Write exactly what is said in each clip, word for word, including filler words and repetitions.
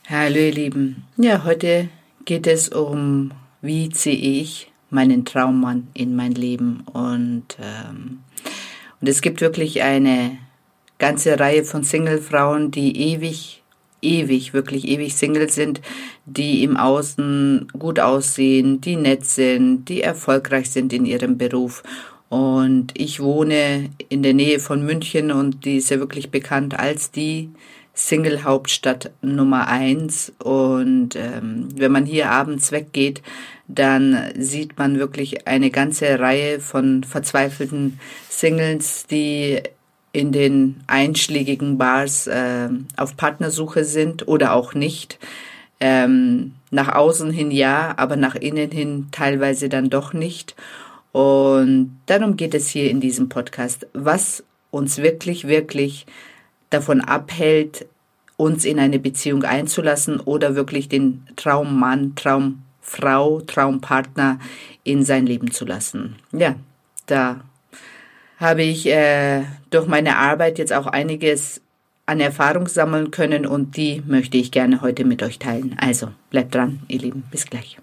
Hallo ihr Lieben. Ja, heute geht es um, wie ziehe ich meinen Traummann in mein Leben. Und, ähm, und es gibt wirklich eine ganze Reihe von Single-Frauen, die ewig, ewig, wirklich ewig Single sind, die im Außen gut aussehen, die nett sind, die erfolgreich sind in ihrem Beruf. Und ich wohne in der Nähe von München und die ist ja wirklich bekannt als die Single-Hauptstadt Nummer eins. Und ähm, wenn man hier abends weggeht, dann sieht man wirklich eine ganze Reihe von verzweifelten Singles, die in den einschlägigen Bars äh, auf Partnersuche sind oder auch nicht. Ähm, nach außen hin ja, aber nach innen hin teilweise dann doch nicht. Und darum geht es hier in diesem Podcast, was uns wirklich, wirklich davon abhält, uns in eine Beziehung einzulassen oder wirklich den Traummann, Traumfrau, Traumpartner in sein Leben zu lassen. Ja, da habe ich äh, durch meine Arbeit jetzt auch einiges an Erfahrung sammeln können und die möchte ich gerne heute mit euch teilen. Also, bleibt dran, ihr Lieben. Bis gleich.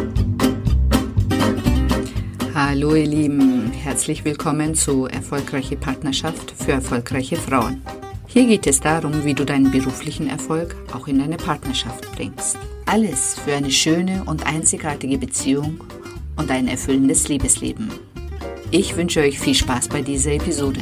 Hallo ihr Lieben, herzlich willkommen zu Erfolgreiche Partnerschaft für erfolgreiche Frauen. Hier geht es darum, wie du deinen beruflichen Erfolg auch in deine Partnerschaft bringst. Alles für eine schöne und einzigartige Beziehung und ein erfüllendes Liebesleben. Ich wünsche euch viel Spaß bei dieser Episode.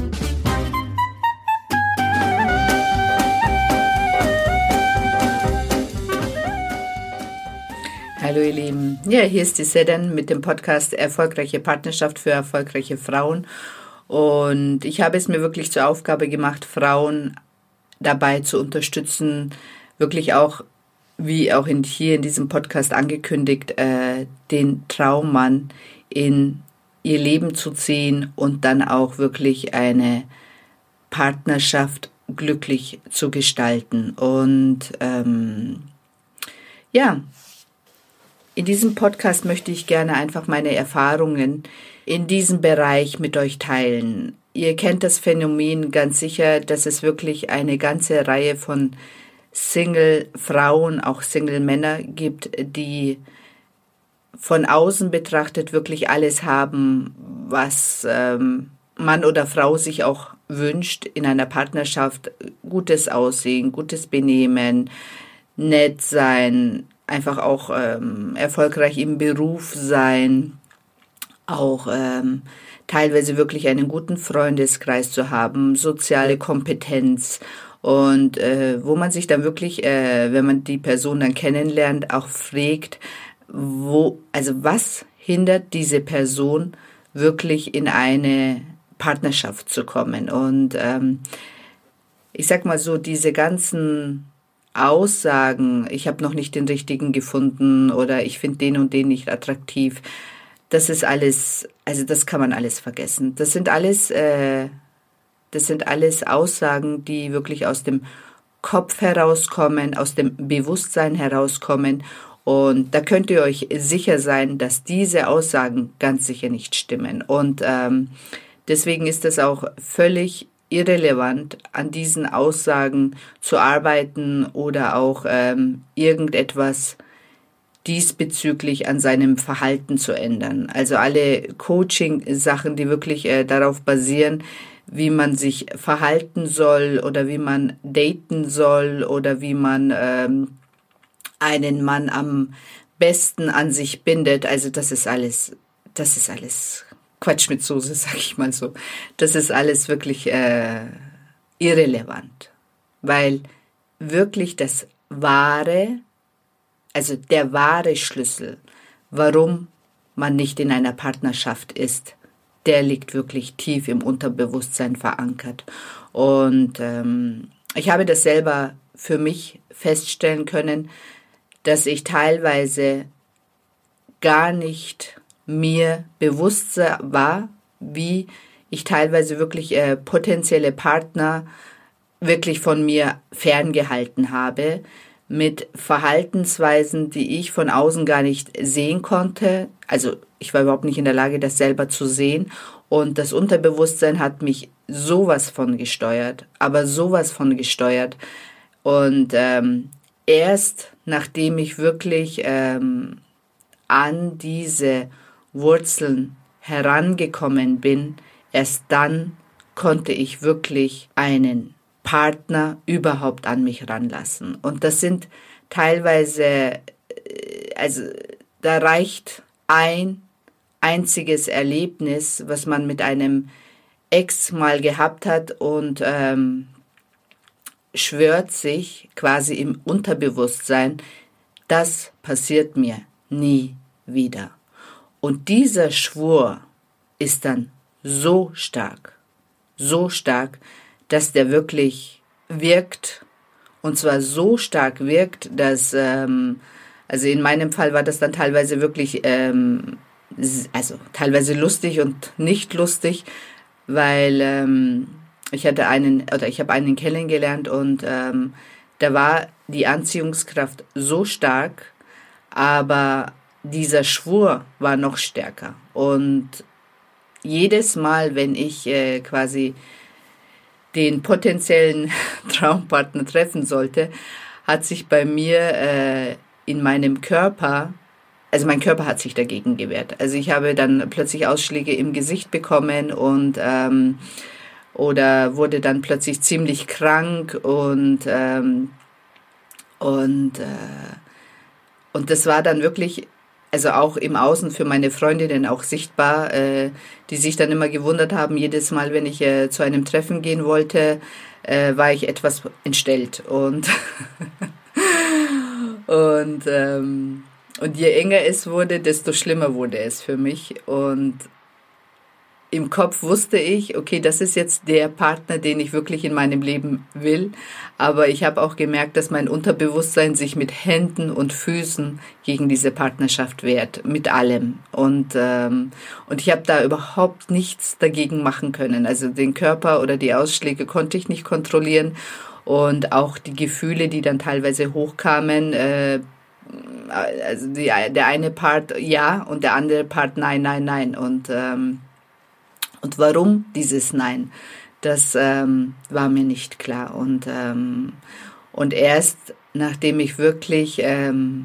Hallo ihr Lieben, ja, hier ist die Sedan mit dem Podcast Erfolgreiche Partnerschaft für erfolgreiche Frauen. Und ich habe es mir wirklich zur Aufgabe gemacht, Frauen dabei zu unterstützen, wirklich auch, wie auch in, hier in diesem Podcast angekündigt, äh, den Traummann in ihr Leben zu ziehen und dann auch wirklich eine Partnerschaft glücklich zu gestalten. Und ähm, ja, in diesem Podcast möchte ich gerne einfach meine Erfahrungen in diesem Bereich mit euch teilen. Ihr kennt das Phänomen ganz sicher, dass es wirklich eine ganze Reihe von Single-Frauen, auch Single-Männer gibt, die von außen betrachtet wirklich alles haben, was ähm, Mann oder Frau sich auch wünscht in einer Partnerschaft. Gutes Aussehen, gutes Benehmen, nett sein, einfach auch ähm, erfolgreich im Beruf sein, auch ähm, teilweise wirklich einen guten Freundeskreis zu haben, soziale Kompetenz und äh, wo man sich dann wirklich, äh, wenn man die Person dann kennenlernt, auch fragt, wo, also was hindert diese Person wirklich in eine Partnerschaft zu kommen? Und ähm, ich sag mal so, diese ganzen Aussagen, ich habe noch nicht den richtigen gefunden oder ich finde den und den nicht attraktiv, das ist alles, also das kann man alles vergessen. Das sind alles, äh, das sind alles Aussagen, die wirklich aus dem Kopf herauskommen, aus dem Bewusstsein herauskommen. Und da könnt ihr euch sicher sein, dass diese Aussagen ganz sicher nicht stimmen. Und ähm, deswegen ist es auch völlig irrelevant, an diesen Aussagen zu arbeiten oder auch ähm, irgendetwas diesbezüglich an seinem Verhalten zu ändern. Also alle Coaching-Sachen, die wirklich äh, darauf basieren, wie man sich verhalten soll oder wie man daten soll oder wie man ähm, einen Mann am besten an sich bindet. Also das ist alles, das ist alles Quatsch mit Soße, sag ich mal so. Das ist alles wirklich äh, irrelevant, weil wirklich das wahre, also der wahre Schlüssel, warum man nicht in einer Partnerschaft ist, der liegt wirklich tief im Unterbewusstsein verankert. Und ähm, ich habe das selber für mich feststellen können, dass ich teilweise gar nicht mir bewusst war, wie ich teilweise wirklich äh, potenzielle Partner wirklich von mir ferngehalten habe, mit Verhaltensweisen, die ich von außen gar nicht sehen konnte. Also ich war überhaupt nicht in der Lage, das selber zu sehen. Und das Unterbewusstsein hat mich sowas von gesteuert, aber sowas von gesteuert. Und ähm, erst nachdem ich wirklich ähm, an diese Wurzeln herangekommen bin, erst dann konnte ich wirklich einen Partner überhaupt an mich ranlassen. Und das sind teilweise, also da reicht ein einziges Erlebnis, was man mit einem Ex mal gehabt hat und ähm, schwört sich quasi im Unterbewusstsein, das passiert mir nie wieder. Und dieser Schwur ist dann so stark, so stark, dass der wirklich wirkt, und zwar so stark wirkt, dass, ähm, also in meinem Fall war das dann teilweise wirklich, ähm, also teilweise lustig und nicht lustig, weil ähm, ich hatte einen, oder ich habe einen kennengelernt und ähm, da war die Anziehungskraft so stark, aber dieser Schwur war noch stärker. Und jedes Mal, wenn ich äh, quasi den potenziellen Traumpartner treffen sollte, hat sich bei mir äh, in meinem Körper, also mein Körper hat sich dagegen gewehrt. Also ich habe dann plötzlich Ausschläge im Gesicht bekommen und ähm, oder wurde dann plötzlich ziemlich krank und ähm, und äh, und das war dann wirklich, also auch im Außen für meine Freundinnen auch sichtbar, äh, die sich dann immer gewundert haben, jedes Mal, wenn ich äh, zu einem Treffen gehen wollte, äh, war ich etwas entstellt und und ähm, und je enger es wurde, desto schlimmer wurde es für mich. Und im Kopf wusste ich, okay, das ist jetzt der Partner, den ich wirklich in meinem Leben will. Aber ich habe auch gemerkt, dass mein Unterbewusstsein sich mit Händen und Füßen gegen diese Partnerschaft wehrt, mit allem. Und ähm, und ich habe da überhaupt nichts dagegen machen können. Also den Körper oder die Ausschläge konnte ich nicht kontrollieren. Und auch die Gefühle, die dann teilweise hochkamen, äh, also die, der eine Part ja und der andere Part nein, nein, nein. Und ähm, Und warum dieses Nein, das ähm, war mir nicht klar. Und, ähm, und erst nachdem ich wirklich, ähm,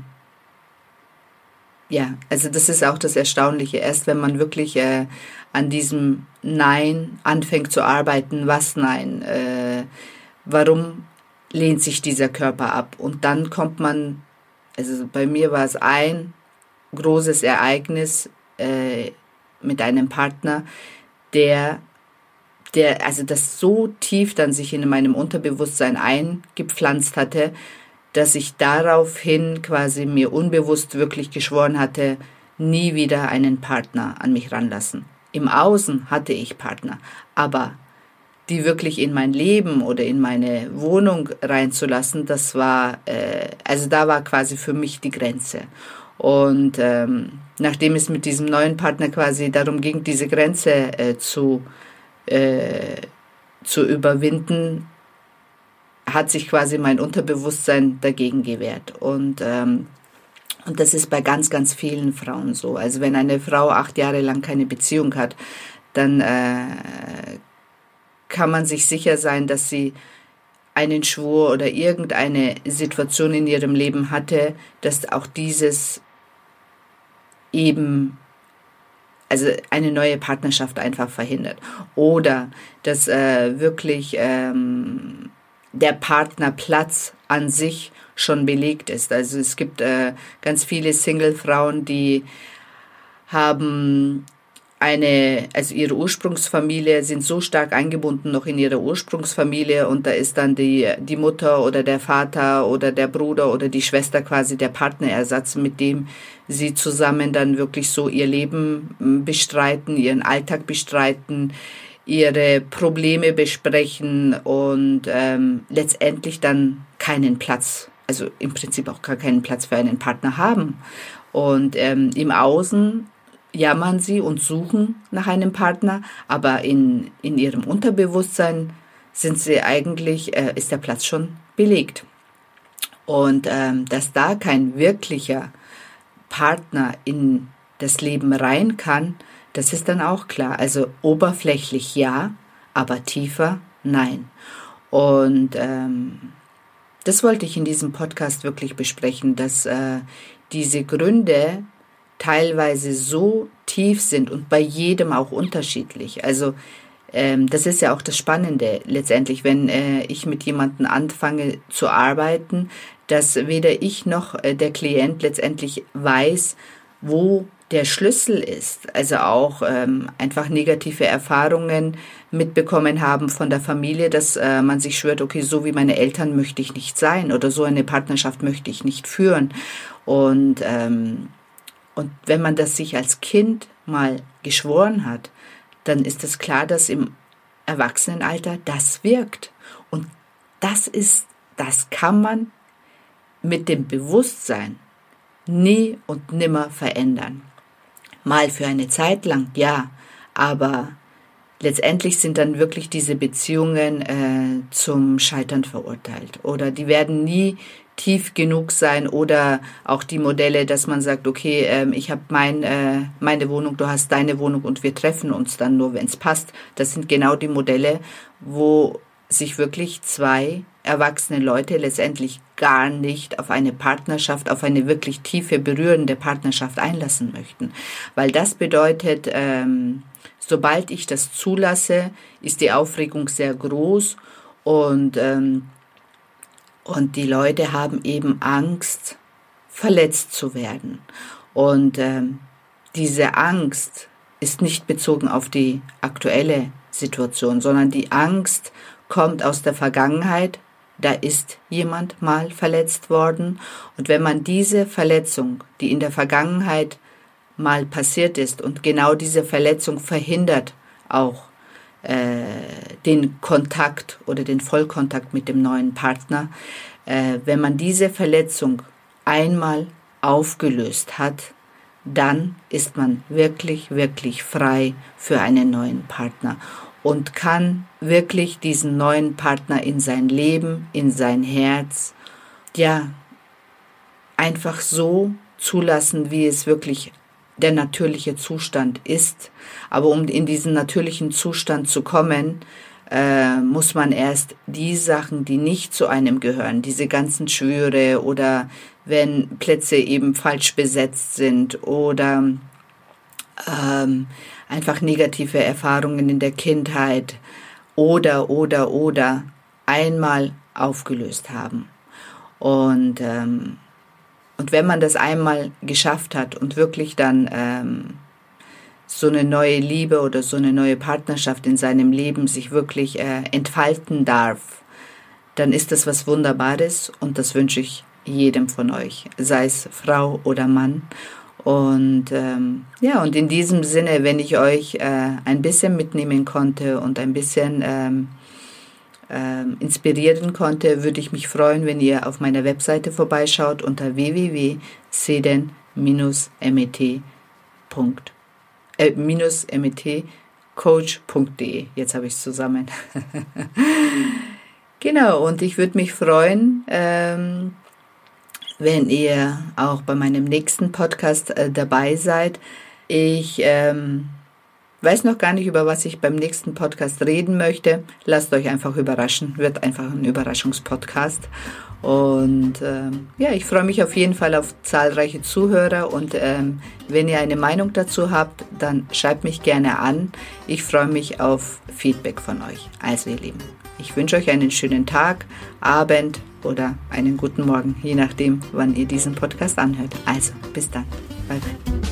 ja, also das ist auch das Erstaunliche, erst wenn man wirklich äh, an diesem Nein anfängt zu arbeiten, was Nein, äh, warum lehnt sich dieser Körper ab? Und dann kommt man, also bei mir war es ein großes Ereignis äh, mit einem Partner, der, der, also das so tief dann sich in meinem Unterbewusstsein eingepflanzt hatte, dass ich daraufhin quasi mir unbewusst wirklich geschworen hatte, nie wieder einen Partner an mich ranlassen. Im Außen hatte ich Partner, aber die wirklich in mein Leben oder in meine Wohnung reinzulassen, das war, äh, also da war quasi für mich die Grenze. Und ähm, nachdem es mit diesem neuen Partner quasi darum ging, diese Grenze äh, zu, äh, zu überwinden, hat sich quasi mein Unterbewusstsein dagegen gewehrt. Und, ähm, und das ist bei ganz, ganz vielen Frauen so. Also wenn eine Frau acht Jahre lang keine Beziehung hat, dann äh, kann man sich sicher sein, dass sie einen Schwur oder irgendeine Situation in ihrem Leben hatte, dass auch dieses eben, also eine neue Partnerschaft einfach verhindert. Oder dass äh, wirklich ähm, der Partnerplatz an sich schon belegt ist. Also es gibt äh, ganz viele Single-Frauen, die haben eine, also ihre Ursprungsfamilie, sind so stark eingebunden noch in ihre Ursprungsfamilie und da ist dann die, die Mutter oder der Vater oder der Bruder oder die Schwester quasi der Partnerersatz, mit dem sie zusammen dann wirklich so ihr Leben bestreiten, ihren Alltag bestreiten, ihre Probleme besprechen und ähm, letztendlich dann keinen Platz, also im Prinzip auch gar keinen Platz für einen Partner haben. Und ähm, im Außen jammern sie und suchen nach einem Partner, aber in, in ihrem Unterbewusstsein sind sie eigentlich, äh, ist der Platz schon belegt. Und ähm, dass da kein wirklicher Partner in das Leben rein kann, das ist dann auch klar. Also oberflächlich ja, aber tiefer nein. Und ähm, das wollte ich in diesem Podcast wirklich besprechen, dass äh, diese Gründe teilweise so tief sind und bei jedem auch unterschiedlich. Also ähm, das ist ja auch das Spannende letztendlich, wenn äh, ich mit jemandem anfange zu arbeiten, dass weder ich noch äh, der Klient letztendlich weiß, wo der Schlüssel ist. Also auch ähm, einfach negative Erfahrungen mitbekommen haben von der Familie, dass äh, man sich schwört, okay, so wie meine Eltern möchte ich nicht sein oder so eine Partnerschaft möchte ich nicht führen. Und, ähm, und wenn man das sich als Kind mal geschworen hat, dann ist es klar, dass im Erwachsenenalter das wirkt. Und das ist, das kann man mit dem Bewusstsein nie und nimmer verändern. Mal für eine Zeit lang, ja, aber letztendlich sind dann wirklich diese Beziehungen äh, zum Scheitern verurteilt. Oder die werden nie tief genug sein oder auch die Modelle, dass man sagt, okay, äh, ich habe mein, äh, meine Wohnung, du hast deine Wohnung und wir treffen uns dann nur, wenn es passt. Das sind genau die Modelle, wo sich wirklich zwei erwachsene Leute letztendlich gar nicht auf eine Partnerschaft, auf eine wirklich tiefe, berührende Partnerschaft einlassen möchten. Weil das bedeutet, ähm, sobald ich das zulasse, ist die Aufregung sehr groß und, ähm, und die Leute haben eben Angst, verletzt zu werden. Und ähm, diese Angst ist nicht bezogen auf die aktuelle Situation, sondern die Angst kommt aus der Vergangenheit. Da ist jemand mal verletzt worden. Und wenn man diese Verletzung, die in der Vergangenheit mal passiert ist, und genau diese Verletzung verhindert auch äh, den Kontakt oder den Vollkontakt mit dem neuen Partner, äh, wenn man diese Verletzung einmal aufgelöst hat, dann ist man wirklich, wirklich frei für einen neuen Partner und kann wirklich diesen neuen Partner in sein Leben, in sein Herz, ja, einfach so zulassen, wie es wirklich der natürliche Zustand ist. Aber um in diesen natürlichen Zustand zu kommen, äh, muss man erst die Sachen, die nicht zu einem gehören, diese ganzen Schwüre oder wenn Plätze eben falsch besetzt sind oder ähm, einfach negative Erfahrungen in der Kindheit oder, oder, oder einmal aufgelöst haben. Und, ähm, und wenn man das einmal geschafft hat und wirklich dann ähm, so eine neue Liebe oder so eine neue Partnerschaft in seinem Leben sich wirklich äh, entfalten darf, dann ist das was Wunderbares und das wünsche ich jedem von euch, sei es Frau oder Mann. Und ähm, ja, und in diesem Sinne, wenn ich euch äh, ein bisschen mitnehmen konnte und ein bisschen ähm, ähm, inspirieren konnte, würde ich mich freuen, wenn ihr auf meiner Webseite vorbeischaut unter w w w punkt seden met punkt coach punkt de. Jetzt habe ich es zusammen. Genau, und ich würde mich freuen, ähm, wenn ihr auch bei meinem nächsten Podcast äh, dabei seid. Ich ähm, weiß noch gar nicht, über was ich beim nächsten Podcast reden möchte. Lasst euch einfach überraschen. Wird einfach ein Überraschungspodcast. Und ähm, ja, ich freue mich auf jeden Fall auf zahlreiche Zuhörer. Und ähm, wenn ihr eine Meinung dazu habt, dann schreibt mich gerne an. Ich freue mich auf Feedback von euch. Also ihr Lieben, ich wünsche euch einen schönen Tag, Abend oder einen guten Morgen, je nachdem, wann ihr diesen Podcast anhört. Also, bis dann. Bye, bye.